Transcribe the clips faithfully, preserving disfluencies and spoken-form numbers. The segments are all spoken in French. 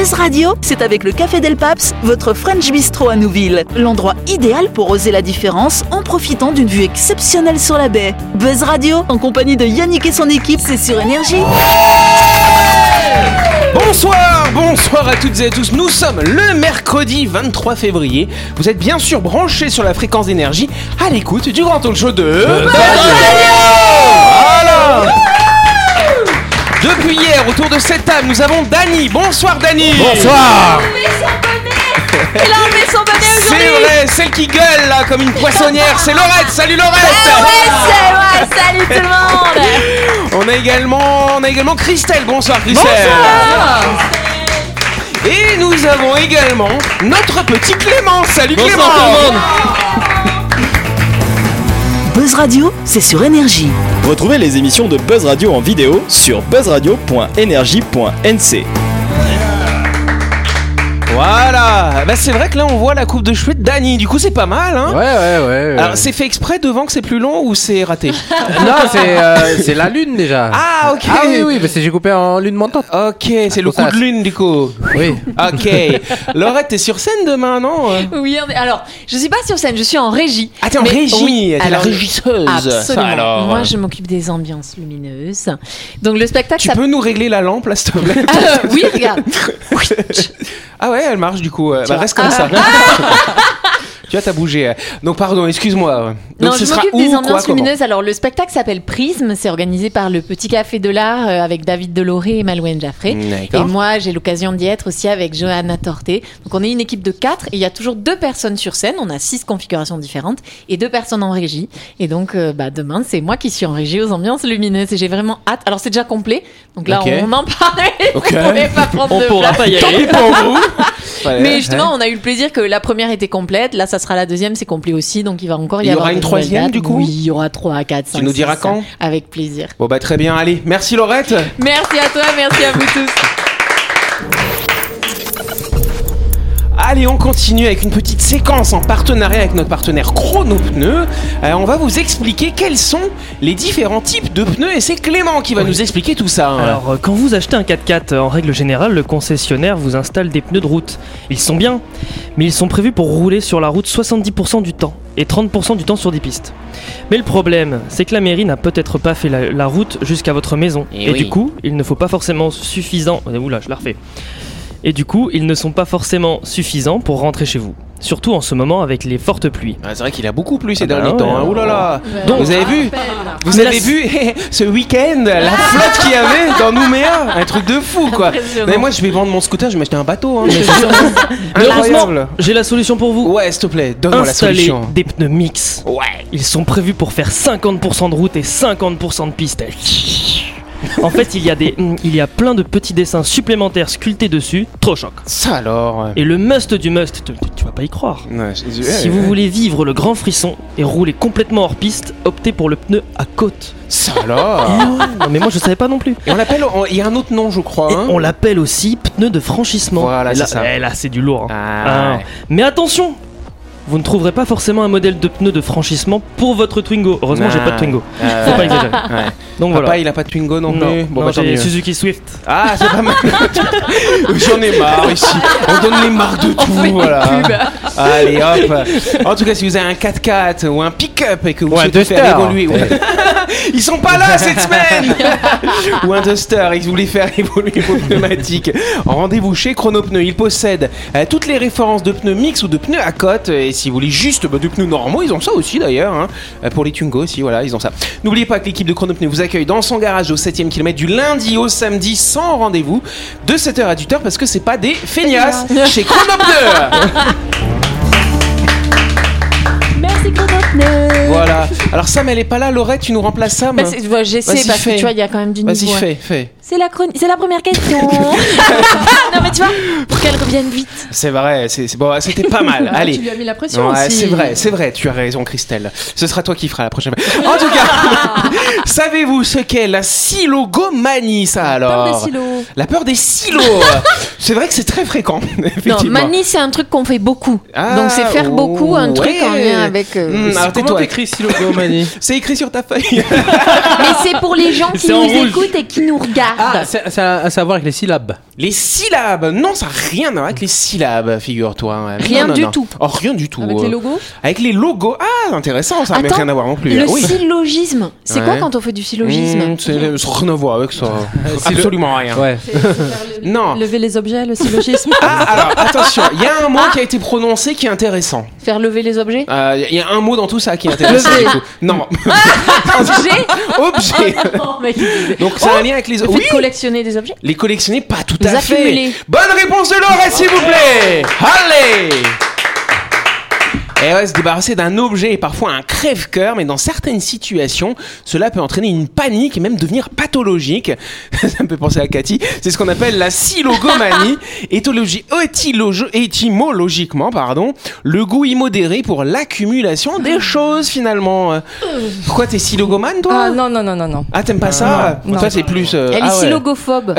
Buzz Radio, c'est avec le Café Del Paps, votre French Bistro à Nouville. L'endroit idéal pour oser la différence en profitant d'une vue exceptionnelle sur la baie. Buzz Radio, en compagnie de Yannick et son équipe, c'est sur Énergie. Bonsoir, bonsoir à toutes et à tous. Nous sommes le mercredi vingt-trois février. Vous êtes bien sûr branchés sur la fréquence d'énergie à l'écoute du grand talk show de Buzz Radio. Voilà. Depuis hier, autour de cette table, nous avons Dany. Bonsoir Dany. Bonsoir. Il a enlevé son bonnet aujourd'hui. C'est vrai, celle qui gueule là comme une poissonnière, c'est Laurette. Salut Laurette. Ah ouais, c'est vrai. Salut tout le monde. On a également, on a également Christelle. Bonsoir Christelle. Bonsoir. Et nous avons également notre petit Clément. Salut Bonsoir Clément. tout le monde. Buzz Radio, c'est sur Énergie. Retrouvez les émissions de Buzz Radio en vidéo sur buzz radio point energie point n c. Voilà, bah c'est vrai que là on voit la coupe de cheveux de Dany, du coup c'est pas mal hein. Ouais ouais ouais. Alors c'est fait exprès devant que c'est plus long ou c'est raté? Non c'est euh, c'est la lune déjà. Ah ok. Ah oui oui, mais c'est j'ai coupé en lune montante. Ok, c'est le coup ça. de lune du coup. Oui. Ok. Laurette, t'es sur scène demain non? Oui, on est- alors, je suis pas sur scène, je suis en régie. Ah t'es en Mais régie, oui, t'es la alors, régisseuse. Absolument. Ça, alors. Moi, je m'occupe des ambiances lumineuses. Donc le spectacle Tu ça... peux nous régler la lampe là s'il te plaît? Ah, oui, regarde. Ah ouais, elle marche du coup. Bah, reste comme ça. Tu vois, t'as bougé. Donc pardon, excuse-moi. Donc Non, ce je sera m'occupe où, des quoi, ambiances comment? lumineuses. Alors, le spectacle s'appelle Prisme. C'est organisé par le Petit Café de l'Art euh, avec David Deloré et Malouane Jaffré. D'accord. Et moi, j'ai l'occasion d'y être aussi avec Johanna Torté. Donc, on est une équipe de quatre et il y a toujours deux personnes sur scène. On a six configurations différentes et deux personnes en régie. Et donc, euh, bah, demain, c'est moi qui suis en régie aux ambiances lumineuses et j'ai vraiment hâte. Alors, c'est déjà complet. Donc là, Ok. on en parle. Ok. On pouvait pas prendre On de pourra place. pas y Tant aller. pis pour vous. Ouais, Mais ouais. justement, on a eu le plaisir que la première était complète. Là, ça sera la deuxième, c'est complet aussi. Donc, il va encore y, Il y avoir aura une de nouvelles troisième, dates. du coup Oui, il y aura trois, quatre, cinq. nous diras six, quand? Avec plaisir. Bon bah très bien, allez, merci Laurette. Merci à toi, merci à vous tous. Allez, on continue avec une petite séquence en partenariat avec notre partenaire Chrono Pneus. Euh, on va vous expliquer quels sont les différents types de pneus et c'est Clément qui va nous expliquer tout ça. hein. Alors, euh, quand vous achetez un quatre-quatre, en règle générale, le concessionnaire vous installe des pneus de route. Ils sont bien, mais ils sont prévus pour rouler sur la route soixante-dix pour cent du temps et trente pour cent du temps sur des pistes. Mais le problème, c'est que la mairie n'a peut-être pas fait la, la route jusqu'à votre maison. Et Et, oui. du coup, il ne faut pas forcément suffisant... euh, Oula, je la refais. Et du coup, ils ne sont pas forcément suffisants pour rentrer chez vous. Surtout en ce moment avec les fortes pluies. Ah, c'est vrai qu'il a beaucoup plu ces Ah bah derniers ouais, temps. Hein. ouais. Ouh là là. Donc, vous avez vu Vous Mais avez la- vu ce week-end la flotte qu'il y avait dans Nouméa? Un truc de fou quoi. Impressionnant. Mais moi je vais vendre mon scooter, je vais m'acheter un bateau. Hein. Mais Incroyable. heureusement, j'ai la solution pour vous. Ouais, s'il te plaît, donne-moi la Installer solution. des pneus mix. Ouais. Ils sont prévus pour faire cinquante pour cent de route et cinquante pour cent de piste. En fait, il y a des, il y a plein de petits dessins supplémentaires sculptés dessus. Trop choc. Ça alors. Et le must du must, tu, tu vas pas y croire. Ouais, je- Si vous voulez vivre le grand frisson et rouler complètement hors piste, optez pour le pneu à côte. Ça alors. Non, mais moi je savais pas non plus. Et on l'appelle, on- il y a un autre nom je crois. Et Hein. on l'appelle aussi pneu de franchissement. Voilà, Et là, c'est ça. eh, là, c'est du lourd. hein. Ah, Ah. ouais. Mais attention, vous ne trouverez pas forcément un modèle de pneu de franchissement pour votre Twingo. Heureusement, j'ai Ah. pas de Twingo. Ah, Faut ouais. pas exagérer. Ouais. Donc Papa voilà. il a pas de Twingo non, Non, plus. Bon non, bah tant j'ai mieux. Suzuki Swift. Ah c'est pas mal. J'en ai marre ici. On donne les marques de tout. Voilà. Allez hop. En tout cas si vous avez un quatre-quatre ou un pick-up et que vous Ou un souhaitez faire Duster. évoluer. Ouais. Ils sont pas là cette semaine. Ou un Duster et que vous voulez faire évoluer vos pneumatiques. Rendez-vous chez Chrono Pneus. Ils possèdent euh, toutes les références de pneus mix ou de pneus à côte. Et si vous voulez juste bah, de pneus normaux, ils ont ça aussi d'ailleurs. Hein. Euh, Pour les Twingo aussi, voilà, ils ont ça. N'oubliez pas que l'équipe de Chrono Pneus vous accueille dans son garage au septième kilomètre du lundi au samedi sans rendez-vous de sept heures à dix heures parce que c'est pas des feignasses chez Chrono Pneus. Merci Chronopneu. Voilà. Alors Sam elle est pas là, Laurette tu nous remplaces Sam. Bah, c'est- ouais, j'essaie Vas-y, parce fais. que tu vois, il y a quand même du niveau. Vas-y hein. fais, fais. C'est la, chroni- c'est la première question. Non mais tu vois, pour qu'elle revienne vite. C'est vrai, c'est c'est- bon, c'était pas mal. Allez. Tu lui as mis la pression Ouais, aussi. c'est vrai, c'est vrai, tu as raison Christelle. Ce sera toi qui feras la prochaine fois. En tout cas, savez-vous ce qu'est la silogomanie ça alors? Peur des silos. La peur des silos. C'est vrai que c'est très fréquent, Non, effectivement. manie c'est un truc qu'on fait beaucoup. Ah, Donc c'est faire beaucoup un truc ouais. en lien avec. euh, Hmm, alors Comment tais-toi. t'écris silogomanie? C'est écrit sur ta feuille. Mais c'est pour les gens qui C'est en nous rouge. écoutent et qui nous regardent. Ah, c'est, c'est à, à savoir avec les syllabes. Les syllabes. Non, ça n'a rien à voir avec les syllabes, figure-toi. Ouais. Rien non, non, du non. tout. Oh, rien du tout. Avec euh. les logos Avec les logos. Ah, intéressant, ça n'a Attends, rien à voir non plus. Le oui. syllogisme, c'est Ouais. quoi quand on fait du syllogisme Mmh, c'est le- ça n'a rien à voir avec ça. sylo- Absolument rien. Ouais. Non. Lever les objets, le syllogisme. Ah, alors, attention, il y a un mot qui a été prononcé qui est intéressant. Faire lever les objets. Euh, Il y a un mot dans tout ça qui est intéressant. Lever. du coup. Non. Objets. Objet. Non, mais Donc, ça a un lien avec les... le fait Oui, de collectionner des objets. les collectionner, pas tout Les à fait. accumuler. Bonne réponse de Laura, s'il vous plaît. Allez. Et ouais, se débarrasser d'un objet est parfois un crève-cœur, mais dans certaines situations, cela peut entraîner une panique et même devenir pathologique. Ça me fait penser à Cathy. C'est ce qu'on appelle la silogomanie. Éthologie, éthyloge- étymologiquement, pardon, le goût immodéré pour l'accumulation des choses, finalement. Pourquoi t'es silogomane, toi? Ah non, non, non, non, non. Ah, t'aimes pas ça? non. Toi, c'est plus... euh, Elle ah est ouais. sylogophobe.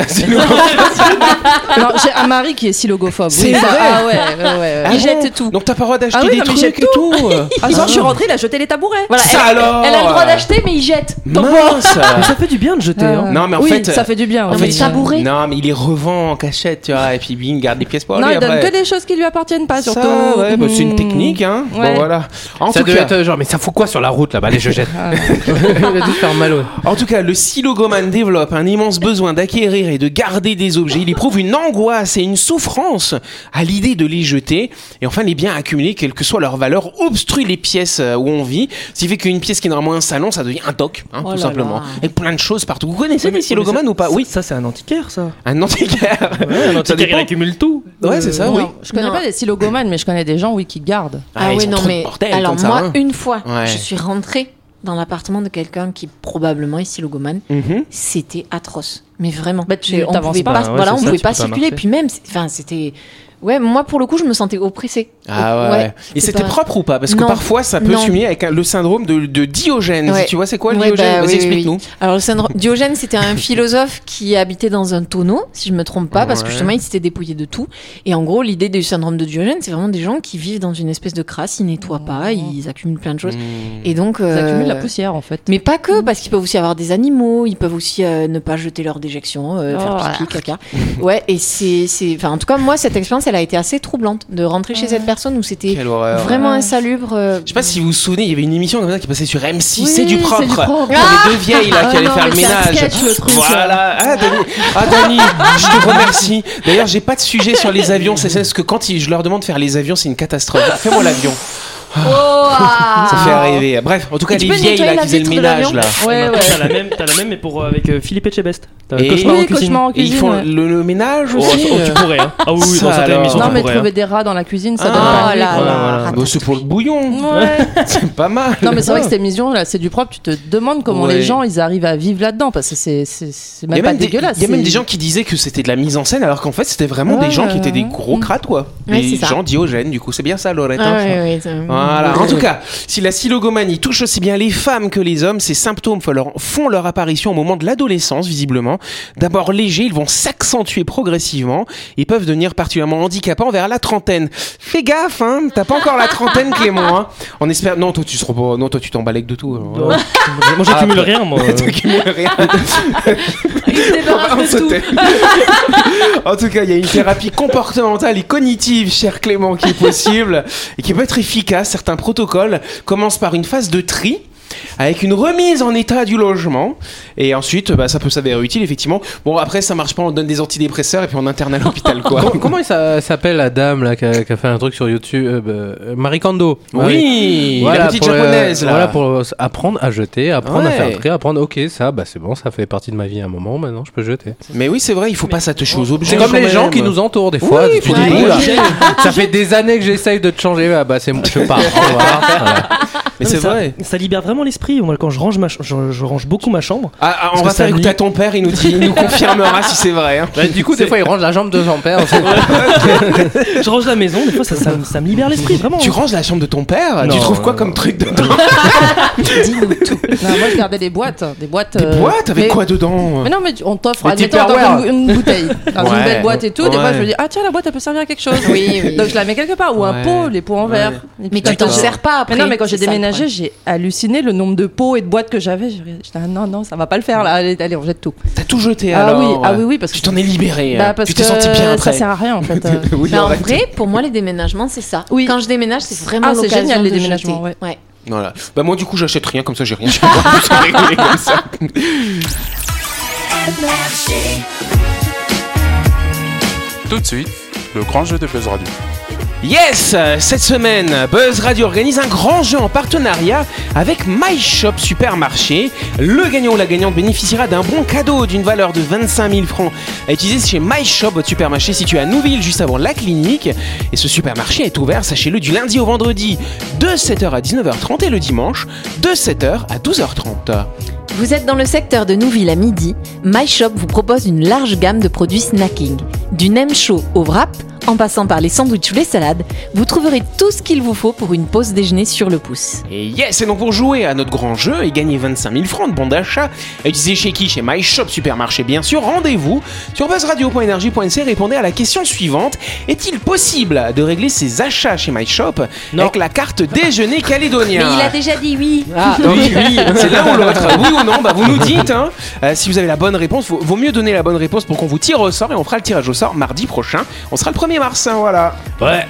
Non, j'ai un mari qui est silogophobe. C'est Oui, ça- vrai. Ah ouais, ouais, ouais, ouais. Ah Il bon jette tout. Donc t'as pas le droit d'acheter Ah oui, des non, mais il trucs jette et tout. Ah non, je suis rentrée, il a jeté les tabourets. Voilà, Ça elle, alors elle a le droit d'acheter, mais il jette. Donc, Mince. Mais ça fait du bien de jeter. Euh, Hein. Non, mais en oui, fait, ça fait du bien. En oui. fait, mais tabouret. Non, mais il les revend en cachette, tu vois, et puis bing, garde des pièces pour Non, lui il donne après. que des choses qui lui appartiennent pas, surtout. Ça, ouais, bah, c'est une Mmh. technique, hein. Ouais. Bon, voilà. En Ça tout devait cas, être genre, mais ça fout quoi sur la route là-bas? Allez, je jette. Ah. Il a dû se faire mal. Ouais. en tout cas, le silogomane développe un immense besoin d'acquérir et de garder des objets. Il éprouve une angoisse et une souffrance à l'idée de les jeter. Et enfin, les biens accumulés, quelle que soit leur valeur, obstruent les pièces euh, où on vit. Ce qui fait qu'une pièce qui est normalement un salon, ça devient un dock, hein, Oh tout là simplement. là. Avec plein de choses partout. Vous connaissez Oui, mais- les silogomanes mais ça- ou pas? ça- Oui. Ça, c'est un antiquaire, ça. Un antiquaire. Ouais, un Ça antiquaire, il dépend. accumule tout. Ouais, c'est ça, Non, oui. Je connais Non. pas les silogomanes, mais je connais des gens, oui, qui gardent. Ah, Ah ils oui, sont non, trop mais. mortels Alors, comme ça, moi, hein. une fois, Ouais. je suis rentrée dans l'appartement de quelqu'un qui probablement est silogomane. Mhm. C'était atroce. Mais vraiment. Bah, tu J'ai- on t'avances pouvait pas. pas, Bah ouais, voilà, c'est on ça, pouvait tu pas peux pas circuler. marcher. Puis même, c'est- enfin, c'était. Ouais, moi pour le coup, je me sentais oppressée. Ah ouais. Et c'est c'était pas- propre ou pas? Parce que Non. parfois ça peut Non. s'unir avec un- le syndrome de, de Diogène. Ouais. Tu vois c'est quoi le Ouais, Diogène? bah, Vas-y, oui, oui, explique-nous. oui. Alors, le syndrome... Diogène, c'était un philosophe qui habitait dans un tonneau, si je me trompe pas, parce que Ouais. justement, il s'était dépouillé de tout. Et en gros, l'idée du syndrome de Diogène, c'est vraiment des gens qui vivent dans une espèce de crasse, ils nettoient pas, ils accumulent plein de choses. Mmh. Et donc. Ils euh, accumulent la poussière, en fait. Mais pas que, parce qu'ils peuvent aussi avoir des animaux, ils peuvent aussi euh, ne pas jeter leurs déjections, euh, faire Oh, pipi, caca. Ouais, et c'est, c'est, enfin, en tout cas, moi, cette expérience, elle a été assez troublante de rentrer chez cette personne où c'était Quelle horreur. vraiment Ouais. insalubre. euh, Je sais pas si vous vous souvenez, il y avait une émission comme ça qui passait sur M six, Oui, c'est du propre. c'est du propre. Il y avait deux vieilles là qui Ah allaient non, faire mais le c'est un ménage. sketch, le truc. Voilà. Ah Dani, ah, Dani, je te remercie. D'ailleurs, j'ai pas de sujet sur les avions. C'est parce que quand ils- je leur demande de faire les avions, c'est une catastrophe. Fais-moi l'avion. Oh, ah. Ça fait rêver. Bref, en tout cas, Et tu les peux vieilles nettoyer là la qui faisaient le vitre de ménage l'avion là. Ouais, Maintenant, ouais. T'as la même, t'as la même, mais pour, euh, avec euh, Philippe Etchebest. T'as Et- Cauchemar en Oui, cuisine. cauchemar en Et ils cuisine. font ouais. le, le ménage Oh, aussi. oh, euh. tu pourrais, hein. Ah oui, oui, Ça dans certaines alors. émissions, Non, tu mais pourrais. trouver hein. des rats dans la cuisine, ça Ah, donne pas là, envie, là. voilà. Bah, c'est pour le bouillon. quoi. Ouais. C'est pas mal. Non, mais c'est vrai que cette émission, là, c'est du propre. Tu te demandes comment Ouais. les gens, ils arrivent à vivre là-dedans, parce que c'est, c'est, c'est Il y même a pas même des- dégueulasse. Il y a même c'est- des gens qui disaient que c'était de la mise en scène, alors qu'en fait c'était vraiment Ouais, des gens qui étaient des ouais. gros crades, quoi. Ouais, des c'est ça. gens Diogènes, du coup. C'est bien ça, Lorette. Ah, hein, ouais, ouais, ça- Voilà. En tout cas, si la silogomanie touche aussi bien les femmes que les hommes, ces symptômes font leur, font leur apparition au moment de l'adolescence, visiblement. D'abord légers, ils vont s'accentuer progressivement et peuvent devenir particulièrement handicapants vers la trentaine. Fais gaffe, hein. T'as pas encore la trentaine, Clément, hein. On espère. Non, toi, tu seras pas. Non, toi, tu t'emballes avec de tout. alors. Ouais. Moi, j'accumule Ah, rien, moi. Toi qui mets rien. Ils se débarrassent de tout. sautait. En tout cas, il y a une thérapie comportementale et cognitive, cher Clément, qui est possible et qui peut être efficace. Certains protocoles commencent par une phase de tri, avec une remise en état du logement, et ensuite bah, ça peut s'avérer utile effectivement. Bon, après ça marche pas, on donne des antidépresseurs et puis on interne à l'hôpital, quoi. Com- Comment il s'a- s'appelle la dame là qui a, qui a fait un truc sur YouTube, euh, euh, Marie Kondo. Oui, la petite pour, euh, japonaise là. Voilà, pour apprendre à jeter, apprendre à Ouais. faire le tri, apprendre. Ok, ça, bah c'est bon, ça fait partie de ma vie à un moment. Maintenant, je peux jeter. Mais oui, c'est vrai, il faut pas s'attacher aux objets. C'est comme quand les gens même. qui nous entourent des fois. Oui, tu faut dis, dire, oula, ouais. ça fait des années que j'essaye de te changer. Ah, bah c'est je pars. Au revoir. Voilà. Mais Non, c'est ça- vrai. Ça libère vraiment l'esprit. Moi, quand je range ma, ch- je, je range beaucoup ma chambre. Ah, ah, on Parce va que faire ça écouter lit- à ton père, il nous, dit, il nous confirmera si c'est vrai. hein. Bah, du coup, des fois, il range la jambe de son père. Je range la maison. Des fois, ça, ça, me- ça me libère l'esprit, vraiment. Tu ranges la chambre de ton père. Non, Tu trouves quoi euh, comme truc dedans? Dis-nous tout. Non, moi, je gardais des boîtes. Des boîtes. Des euh, boîtes avec mais- quoi dedans? Mais non, mais tu- on t'offre, Des admettons, on Tupperware. t'offre une, une bouteille dans Ouais. une belle boîte et tout. Des fois, Ouais. je me dis, ah tiens, la boîte, elle peut servir à quelque chose. Oui, oui. Donc, je la mets quelque part. Ou Ouais. un pot, les pots en verre. Et Mais puis, tu t'en t'attends. sers pas après. Mais non, mais quand j'ai c'est ça le déménagé, j'ai halluciné le nombre de pots et de boîtes que j'avais. J'étais ah, non, non, ça va pas le faire là. Allez, allez on jette tout. T'as tout jeté Ah alors oui, ah oui, oui, parce que tu t'en es libéré. Bah, parce tu t'es que senti bien après. ça sert à rien en fait. Oui, Mais en arrête. vrai, pour moi, les déménagements, c'est ça. Oui. Quand je déménage, c'est vraiment Ah, c'est l'occasion génial, les de déménagements, jeter. Ouais. Voilà. Bah moi du coup j'achète rien comme ça j'ai rien chez moi. C'est réglé comme ça. Tout de suite, le grand jeu de Buzz Radio. Yes! Cette semaine, Buzz Radio organise un grand jeu en partenariat avec MyShop Supermarché. Le gagnant ou la gagnante bénéficiera d'un bon cadeau d'une valeur de vingt-cinq mille francs à utiliser chez MyShop, votre supermarché situé à Nouville, juste avant la clinique. Et ce supermarché est ouvert, sachez-le, du lundi au vendredi de sept heures à dix-neuf heures trente et le dimanche de sept heures à douze heures trente. Vous êtes dans le secteur de Nouville à midi. MyShop vous propose une large gamme de produits snacking. Du nem chaud au wrap, en passant par les sandwichs ou les salades, vous trouverez tout ce qu'il vous faut pour une pause déjeuner sur le pouce. Et yes, et donc pour jouer à notre grand jeu et gagner vingt-cinq mille francs de bon d'achat, à utiliser chez qui? Chez MyShop Supermarché bien sûr, rendez-vous sur buzzradio point énergie point n c et répondez à la question suivante. Est-il possible de régler ses achats chez MyShop avec la carte déjeuner calédonien? Mais il a déjà dit oui. Ah, oui, oui, c'est l'un ou l'autre. Oui ou non, bah vous nous dites. Hein. Euh, si vous avez la bonne réponse, vaut, vaut mieux donner la bonne réponse pour qu'on vous tire au sort et on fera le tirage au sort mardi prochain. On sera le premier mars, hein, voilà. Ouais.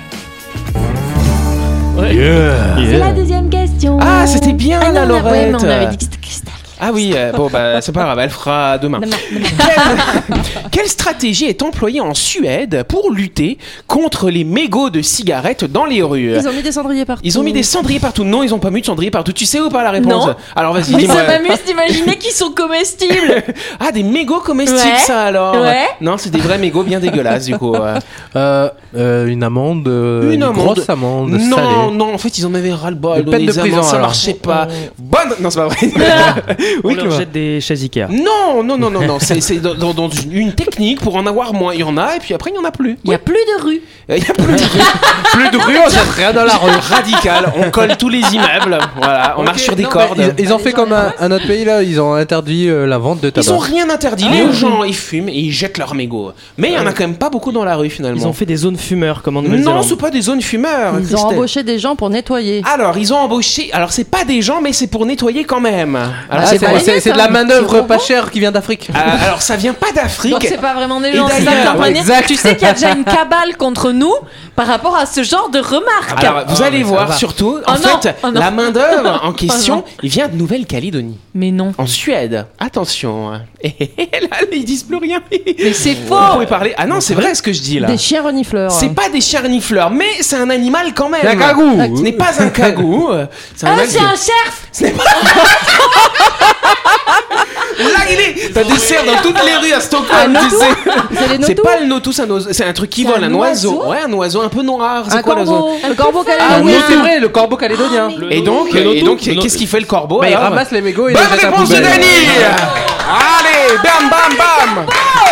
C'est la deuxième question. Ah, c'était bien Ah, la non, on a- ouais, mais Laurette. on avait dit que c'était cristal. Ah oui, euh, bon bah c'est pas grave, elle fera demain. Demain, demain. Quelle, quelle stratégie est employée en Suède pour lutter contre les mégots de cigarettes dans les rues? Ils ont mis des cendriers partout. Ils ont mis des cendriers partout. Non, ils ont pas mis de cendriers partout. Tu sais ou pas la réponse? Non. Alors vas-y, Mais dis-moi. ça m'amuse d'imaginer qu'ils sont comestibles. Ah, des mégots comestibles, Ouais. ça alors? Ouais. Non, c'est des vrais mégots bien dégueulasses du coup. euh. Euh, euh, une amende, euh, Une une, amende. grosse amende Non, salée. non, en fait, ils en avaient ras-le-bol. Une peine donner de des prison, amendes, ça alors. marchait pas. Bonne. Non, c'est pas vrai. On oui, leur Clément. jette des chaises Ikea. Non, non, non, non, non. C'est, c'est dans, dans- dans une technique pour en avoir moins. Il y en a et puis après il y en a plus. Il n'y a plus de rue. Il y a plus de Plus de rue, on jette rien dans la rue. radical. On colle tous les immeubles. Voilà, on marche sur des Non, cordes. mais Ils, ils ont fait comme un, un autre pays là, ils ont interdit euh, la vente de tabac. Ils ont rien interdit. Les gens ils fument et ils jettent leurs mégots. Mais il y en a quand même pas beaucoup dans la rue finalement. Ils ont fait des zones fumeurs comme en Non, Nouvelle-Zélande. c'est pas des zones fumeurs. Ils ont Christelle. embauché des gens pour nettoyer. Alors ils ont embauché. Alors c'est pas des gens, mais c'est pour nettoyer quand même. Alors, Ah, c'est c'est, pas- c'est- c'est de la main d'œuvre pas chère qui vient d'Afrique. Euh, alors ça vient pas d'Afrique. Donc c'est pas vraiment des Et gens. C'est ça que d'ailleurs, t'es en train de dire. exact. Tu sais qu'il y a déjà une cabale contre nous par rapport à ce genre de remarques. Alors, vous Ah, allez mais ça voir va. surtout, en Oh non, fait, oh non. la main d'œuvre en question, non. il vient de Nouvelle-Calédonie, Mais non. en Suède. Attention, et là, ils disent plus rien. Mais c'est Vous faux. pouvez parler. Ah non, c'est vrai ce que je dis là. Des chiens renifleurs. C'est pas des chiens renifleurs, mais c'est un animal quand même. C'est un cagou. Ce n'est pas un cagou. C'est un Ah, animal c'est qui- un cerf. Ce n'est pas. Là, il est. T'as des cerfs dans toutes les rues à Stockholm, tu sais. C'est les C'est notos. pas le notou, c'est un, oiseau- c'est un truc qui C'est vole, un un oiseau. oiseau Ouais, un oiseau un peu noir. C'est Un quoi l'oiseau? corbeau. Le corbeau Ah calédonien. oui, c'est vrai, le corbeau calédonien. Et donc, Le et notou, donc, le qu'est-ce qu'il fait le corbeau Bah, il alors ramasse les mégots et Bonne les jette à la réponse de poubelle. Dany. Allez, bam, bam, bam.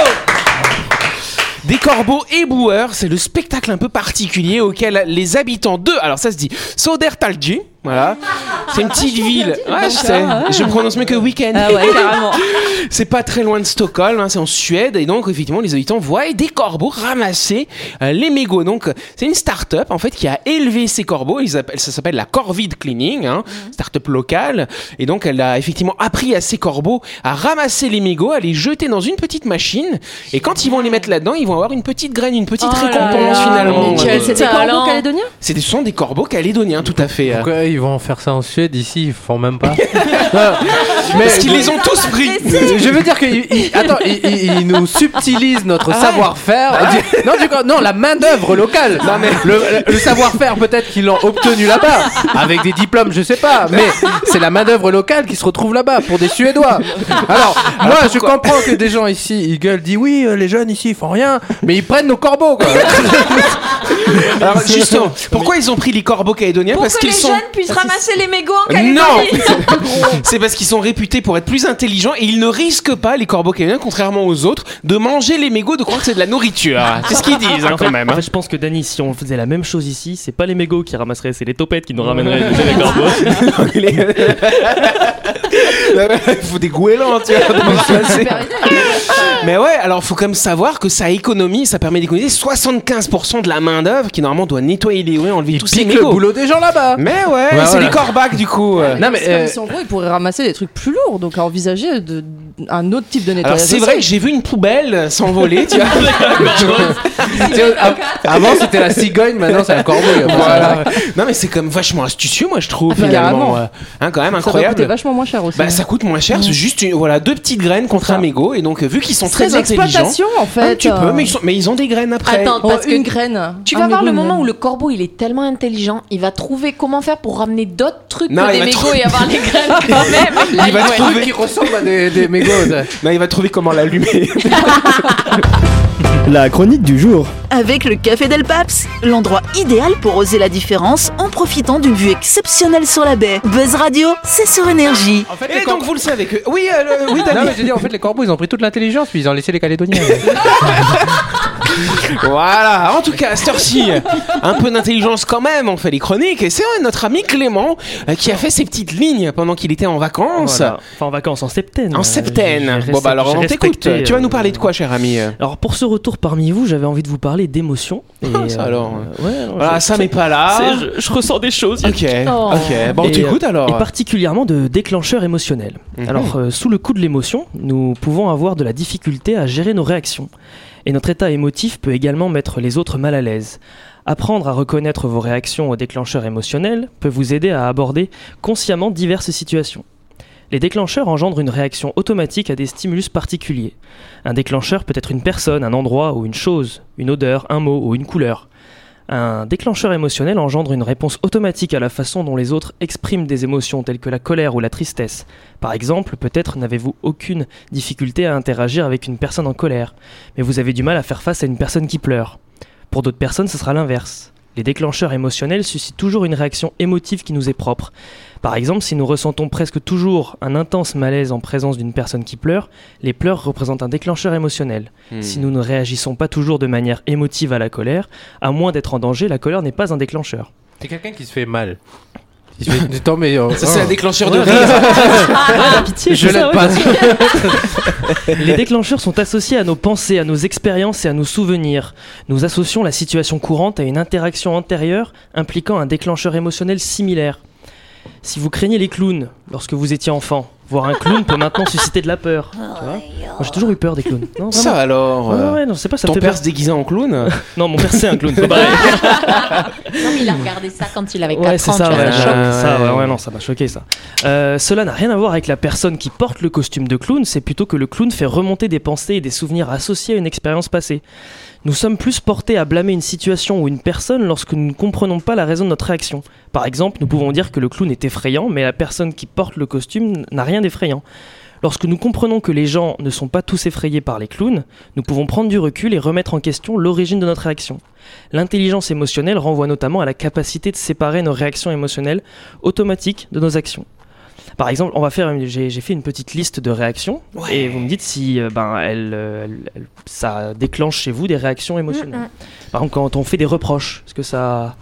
Des corbeaux éboueurs, c'est le spectacle un peu particulier auquel les habitants de, alors ça se dit Södertälje, voilà, c'est une petite ville, ouais je sais, je prononce mieux que week-end. Ah ouais, carrément. C'est pas très loin de Stockholm, hein, c'est en Suède, et donc effectivement les habitants voient des corbeaux ramasser euh, les mégots. Donc c'est une start-up en fait qui a élevé ces corbeaux, ils appellent, ça s'appelle la Corvid Cleaning, hein, start-up locale, et donc elle a effectivement appris à ces corbeaux à ramasser les mégots, à les jeter dans une petite machine, et quand ils vont les mettre là-dedans, ils vont avoir une petite graine, une petite Oh là récompense là, finalement. mais quel C'est des talent. corbeaux calédoniens. C'est des, ce sont des corbeaux calédoniens, tout à fait. Pourquoi ils vont faire ça en Suède ici, ils font même pas. Non, mais Parce qu'ils les ont tous pris. Je veux dire que ils- ils- attends, ils, ils- ils nous subtilisent notre savoir-faire. Du- non, du coup, non, la main d'œuvre locale. le, le savoir-faire peut-être qu'ils l'ont obtenu là-bas avec des diplômes, je sais pas, mais c'est la main d'œuvre locale qui se retrouve là-bas pour des Suédois. Alors, moi, je pourquoi comprends que des gens ici, ils gueulent, disent oui, euh, les jeunes ici, ils font rien, mais ils prennent nos corbeaux. Quoi. Alors justement, pourquoi ils ont pris les corbeaux calédoniens? Pour Parce que qu'ils les sont... jeunes puissent ramasser les mégots en Non, Calédonie. c'est parce qu'ils sont réputés pour être plus intelligents et ils ne risquent pas, les corbeaux calédoniens, contrairement aux autres, de manger les mégots, de croire que c'est de la nourriture. C'est ce qu'ils disent hein, En fait, quand même. en hein. fait, je pense que Dany, si on faisait la même chose ici, c'est pas les mégots qui ramasseraient, c'est les topettes qui nous ramèneraient les corbeaux. Il faut des goélands, tu vois, pour remplacer. Mais ouais, alors faut quand même savoir que ça économise, ça permet d'économiser soixante-quinze pour cent de la main d'œuvre qui normalement doit nettoyer les rues, enlever Il tous ces pique le mégots. boulot des gens là-bas. Mais ouais, Ouais, c'est voilà. des corbacs du coup. euh. Non, mais, euh, Si en gros, ils pourraient ramasser des trucs plus lourds, donc à envisager de, un autre type de Alors nettoyage. c'est vrai que j'ai vu une poubelle s'envoler, tu vois. Tu sais, av- Avant c'était la cigogne, maintenant c'est un corbeau. Voilà. Non mais c'est comme vachement astucieux, moi je trouve Ah bah, finalement. carrément. Ouais. Hein, quand même Ça doit coûter incroyable. vachement moins cher aussi. Bah ça coûte moins cher, c'est juste une- voilà deux petites graines contre ça. un mégot et donc euh, vu qu'ils sont c'est très de intelligents, l'exploitation en fait. un petit peu, euh. mais ils, sont, mais ils ont des graines après. Attends, Oh, parce que une graine. tu Un vas voir mégot, le une moment graine. où le corbeau il est tellement intelligent, il va trouver comment faire pour ramener d'autres trucs Non, que il des va mégots trouver- et avoir les graines quand même. Là, Il va ouais. trouver- Qui ressemble à des, des mégots. ça. Non, il va trouver comment l'allumer. La chronique du jour. Avec le Café Del Paps, l'endroit idéal pour oser la différence en profitant d'une vue exceptionnelle sur la baie. Buzz Radio, c'est sur Énergie. En fait, Et les donc vous le savez que oui, euh, le- oui, Non, David. mais je dis, en fait, les corbeaux, ils ont pris toute l'intelligence, puis ils ont laissé les Calédoniens. Voilà, en tout cas, à cette heure-ci, un peu d'intelligence quand même, on fait les chroniques. Et c'est euh, notre ami Clément euh, qui a fait ses petites lignes pendant qu'il était en vacances. Voilà. Enfin, en vacances, en septaine. En Euh, septaine. j'ai- j'ai Bon bah resté- alors j'ai on t'écoute. respecté, Tu vas nous euh, parler de quoi, cher ami euh Alors pour ce retour parmi vous, j'avais envie de vous parler d'émotions. Et, Ah, ça alors. euh, ouais, alors, Voilà, je- ça n'est pas là. c'est- je, je ressens des choses. Ok, Oh. ok. Bon, on Et, t'écoute euh, alors. Et particulièrement de déclencheurs émotionnels. Mhm. Alors, euh, sous le coup de l'émotion, nous pouvons avoir de la difficulté à gérer nos réactions. Et notre état émotif peut également mettre les autres mal à l'aise. Apprendre à reconnaître vos réactions aux déclencheurs émotionnels peut vous aider à aborder consciemment diverses situations. Les déclencheurs engendrent une réaction automatique à des stimulus particuliers. Un déclencheur peut être une personne, un endroit ou une chose, une odeur, un mot ou une couleur. Un déclencheur émotionnel engendre une réponse automatique à la façon dont les autres expriment des émotions telles que la colère ou la tristesse. Par exemple, peut-être n'avez-vous aucune difficulté à interagir avec une personne en colère, mais vous avez du mal à faire face à une personne qui pleure. Pour d'autres personnes, ce sera l'inverse. Les déclencheurs émotionnels suscitent toujours une réaction émotive qui nous est propre. Par exemple, si nous ressentons presque toujours un intense malaise en présence d'une personne qui pleure, les pleurs représentent un déclencheur émotionnel. Hmm. Si nous ne réagissons pas toujours de manière émotive à la colère, à moins d'être en danger, la colère n'est pas un déclencheur. C'est quelqu'un qui se fait mal. Il se fait... Attends, mais. euh, Ça, c'est un oh. déclencheur de Ouais. rire. Pitié, Je c'est ça, l'aide ouais. pas. Les déclencheurs sont associés à nos pensées, à nos expériences et à nos souvenirs. Nous associons la situation courante à une interaction antérieure impliquant un déclencheur émotionnel similaire. Si vous craignez les clowns lorsque vous étiez enfant, voir un clown peut maintenant susciter de la peur. Tu vois Moi, j'ai toujours eu peur des clowns. Non, Ça vraiment. alors. Ouais, euh, ouais, non, c'est pas ça me Ton fait père peur. se déguisait en clown. Non, mon père c'est un clown. C'est pareil. Non, mais il a regardé ça quand il avait Ouais, quatre c'est ans. ça, tu vois, ouais, ça ouais, choque. ça, ouais. ouais, ouais, non, ça m'a choqué ça. Euh, cela n'a rien à voir avec la personne qui porte le costume de clown, c'est plutôt que le clown fait remonter des pensées et des souvenirs associés à une expérience passée. Nous sommes plus portés à blâmer une situation ou une personne lorsque nous ne comprenons pas la raison de notre réaction. Par exemple, nous pouvons dire que le clown est effrayant, mais la personne qui porte le costume n'a rien d'effrayant. Lorsque nous comprenons que les gens ne sont pas tous effrayés par les clowns, nous pouvons prendre du recul et remettre en question l'origine de notre réaction. L'intelligence émotionnelle renvoie notamment à la capacité de séparer nos réactions émotionnelles automatiques de nos actions. Par exemple, on va faire, une- j'ai, j'ai fait une petite liste de réactions et vous me dites si euh, ben, elle, euh, elle- elle- ça déclenche chez vous des réactions émotionnelles. Mm, Par exemple, quand on fait des reproches, est-ce que ça...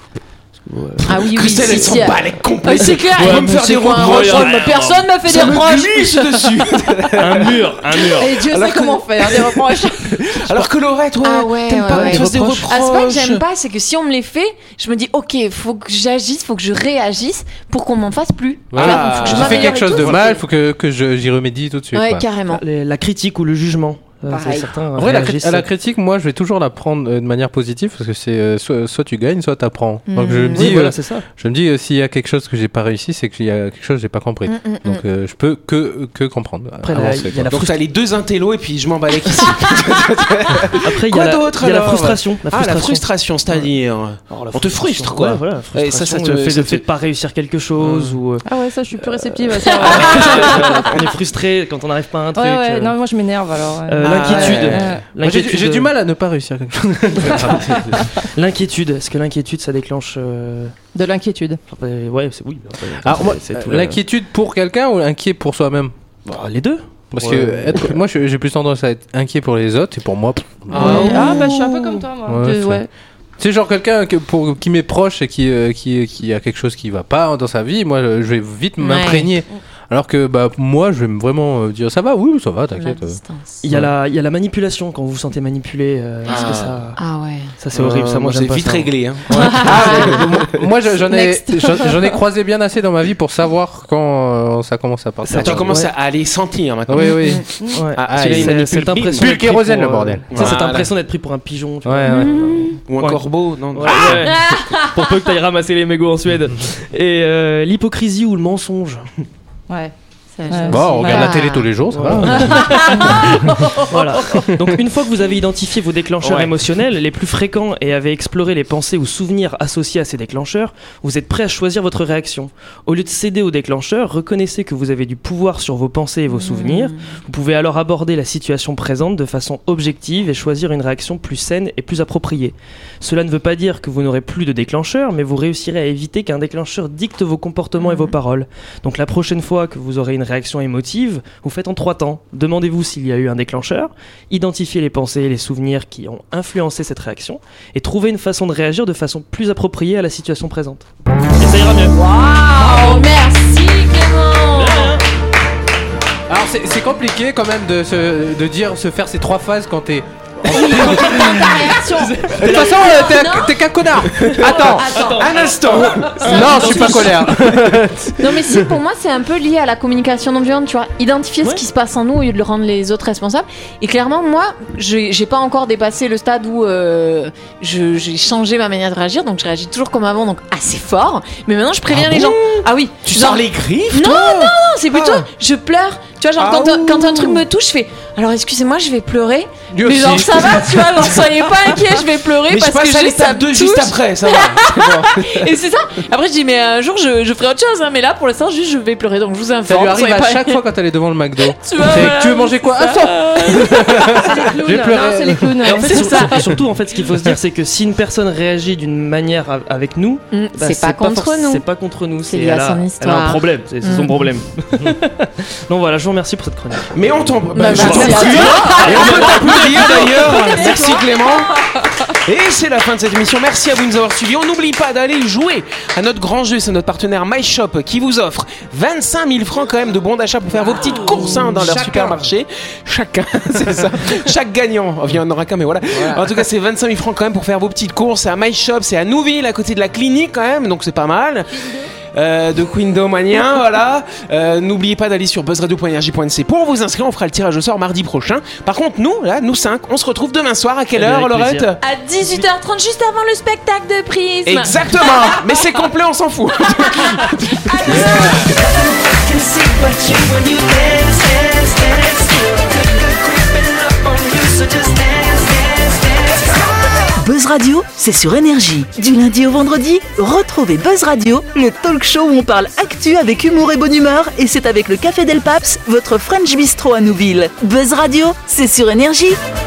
Ah oui, oui, Christelle, si, elle si, s'en ah. bat les Ah, complets. c'est clair, Elle va il me faire c'est des quoi un reproches. reproche Mais personne m'a fait Ça des me reproches. glisse dessus. Un mur, un mur. Et Dieu Alors sait que- comment faire, des reproches. Alors que Laurette, ouais, Ah ouais, t'aimes ouais, pas ouais. qu'on te fasse des Reproches. reproches. Ah, c'est pas que j'aime pas, c'est que si on me les fait, je me dis ok, faut que j'agisse, faut que je réagisse pour qu'on m'en fasse plus. Voilà. Tu vois, faut que je Tu fais m'améliore quelque et chose tout, de faut mal, que- faut que, que je, j'y remédie tout de suite. Ouais, quoi. carrément. La, la critique ou le jugement. Euh, Pareil. c'est certains En vrai, la, réagissent- cri- à la critique, moi, je vais toujours la prendre euh, de manière positive parce que c'est euh, soit, soit tu gagnes, soit tu apprends. Donc je me Mhm. dis, Oui, voilà, euh, c'est ça. je me dis euh, s'il y a quelque chose que j'ai pas réussi, c'est qu'il y a quelque chose que j'ai pas compris. Mm, mm, mm. Donc euh, je peux que, que comprendre. Après, la- avancer, il y a quoi. la Donc frustra- t'as les deux intellos et puis je m'en balèque ici. Après, il y Quoi a, la, d'autre, il y a la alors frustration. La Ah, la frustration. frustration, c'est-à-dire. Alors, la On te frustration, frustre, quoi. Ouais, voilà, la Et ça, ça frustration, te- le fait, ça le te- fait de pas réussir quelque chose ou. euh, Ah ouais, ça, je suis plus réceptive à ça. on est frustré quand on n'arrive pas à un truc. Ouais, ouais, euh, non, mais moi je m'énerve alors. ouais. euh, Ah, l'inquiétude. ouais. Euh, Moi, j'ai, L'inquiétude, j'ai du euh, mal à ne pas réussir quelque chose. L'inquiétude. Est-ce que l'inquiétude ça déclenche euh, De l'inquiétude. enfin, euh, ouais, c'est oui. après, Alors, c'est- moi, c'est tout euh, le- l'inquiétude pour quelqu'un ou inquiet pour soi-même? Bah, les deux. Parce Ouais. que être- moi, je- j'ai plus tendance à être inquiet pour les autres et pour moi. pff, Ah, Ouais. Ah bah je suis un peu comme toi moi. Ouais, Je- c'est- ouais. C'est genre quelqu'un que pour, qui m'est proche et qui, euh, qui, qui a quelque chose qui va pas dans sa vie, moi je vais vite Ouais. m'imprégner. Alors que bah, moi, je vais vraiment euh, dire ça va, oui, ça va, t'inquiète. Il y, a la, il y a la manipulation quand vous vous sentez manipulé. Euh, ah. que ça... ah ouais. Ça, c'est horrible. Ça, moi, c'est vite ça. réglé. Hein. Ouais. ah, moi, j'en ai, j'en, j'en ai croisé bien assez dans ma vie pour savoir quand euh, ça commence à partir. Ça, tu commences ouais. à aller sentir maintenant. Oui, oui. Ouais. Ah, ah, c'est, c'est cette impression. Bulle kérosène, le bordel. C'est cette impression d'être pris pour un pigeon. Ouais, ouais. Ou un ouais. corbeau, non ouais, ouais. Pour peu que t'ailles ramasser les mégots en Suède. Et euh, l'hypocrisie ou le mensonge. Ouais. Ouais. Bon, on regarde ah. la télé tous les jours, ça va. Voilà. Donc, une fois que vous avez identifié vos déclencheurs ouais. émotionnels les plus fréquents et avez exploré les pensées ou souvenirs associés à ces déclencheurs, vous êtes prêt à choisir votre réaction. Au lieu de céder aux déclencheurs, reconnaissez que vous avez du pouvoir sur vos pensées et vos souvenirs. Mmh. Vous pouvez alors aborder la situation présente de façon objective et choisir une réaction plus saine et plus appropriée. Cela ne veut pas dire que vous n'aurez plus de déclencheur, mais vous réussirez à éviter qu'un déclencheur dicte vos comportements mmh. et vos paroles. Donc, la prochaine fois que vous aurez une réaction émotive, vous faites en trois temps. Demandez-vous s'il y a eu un déclencheur, identifiez les pensées et les souvenirs qui ont influencé cette réaction, et trouvez une façon de réagir de façon plus appropriée à la situation présente. Et ça ira mieux. Waouh, merci Clément. Alors c'est, c'est compliqué quand même de, se, de dire se faire ces trois phases quand t'es de toute façon, euh, t'es, t'es qu'un connard. Attends, Attends, un instant. Non, je suis pas colère. Non, mais si, pour moi, c'est un peu lié à la communication non violente, tu vois. Identifier ouais. ce qui se passe en nous au lieu de le rendre les autres responsables. Et clairement, moi, j'ai, j'ai pas encore dépassé le stade où euh, je, j'ai changé ma manière de réagir, donc je réagis toujours comme avant, donc assez fort. Mais maintenant, je préviens ah les bon gens. Ah oui. Tu genre, sors les griffes? Non, toi non, non, c'est plutôt, ah. je pleure. Tu vois, genre, ah quand, quand un truc me touche, je fais alors excusez-moi, je vais pleurer. Dieu mais genre, ça va, tu vois, genre, soyez pas inquiets, je vais pleurer mais parce je que juste ça me touche. Juste après, ça va. Et c'est ça. Après, je dis, mais un jour, je, je ferai autre chose, hein, mais là, pour l'instant, juste, je vais pleurer, donc je vous informe. Ça lui arrive à pas... chaque fois quand elle est devant le McDo. Tu vois, c'est, voilà, tu veux manger quoi? Attends. C'est les clowns. Non, c'est les clowns. En fait, c'est ça. Surtout, en fait, ce qu'il faut se dire, c'est que si une personne réagit d'une manière avec nous, mm, bah, c'est, c'est pas contre pas nous. C'est pas contre nous. C'est lié à son histoire. Elle a un problème. C'est, c'est mm. son problème. Donc voilà, je vous remercie pour cette chronique. Mais on t'en. Bah, je t'en prie. Et on peut t'applaudir d'ailleurs. Merci Clément. Et c'est la fin de cette émission. Merci à vous de nous avoir suivis. On n'oublie pas d'aller jouer à notre grand jeu. C'est notre partenaire MyShop qui vous offre vingt-cinq mille francs quand même de bons d'achat pour faire vos petites courses hein, dans leur Chacun. supermarché. Chacun, c'est ça. Chaque gagnant. Enfin, il n'y en aura qu'un, mais voilà. voilà. En tout cas, c'est vingt-cinq mille francs quand même pour faire vos petites courses. C'est à MyShop, c'est à Nouville, à côté de la clinique quand même. Donc c'est pas mal. Euh, de Quindomanien, voilà. Euh, n'oubliez pas d'aller sur buzz radio point énergie point n c pour vous inscrire. On fera le tirage au sort mardi prochain. Par contre, nous, là, nous cinq, on se retrouve demain soir. À quelle heure, Laurette? À dix-huit heures trente, juste avant le spectacle de Prisme. Exactement. Mais c'est complet, on s'en fout. Buzz Radio, c'est sur Énergie. Du lundi au vendredi, retrouvez Buzz Radio, le talk show où on parle actu avec humour et bonne humeur, et c'est avec le Café Del Paps, votre French Bistro à Nouville. Buzz Radio, c'est sur Énergie.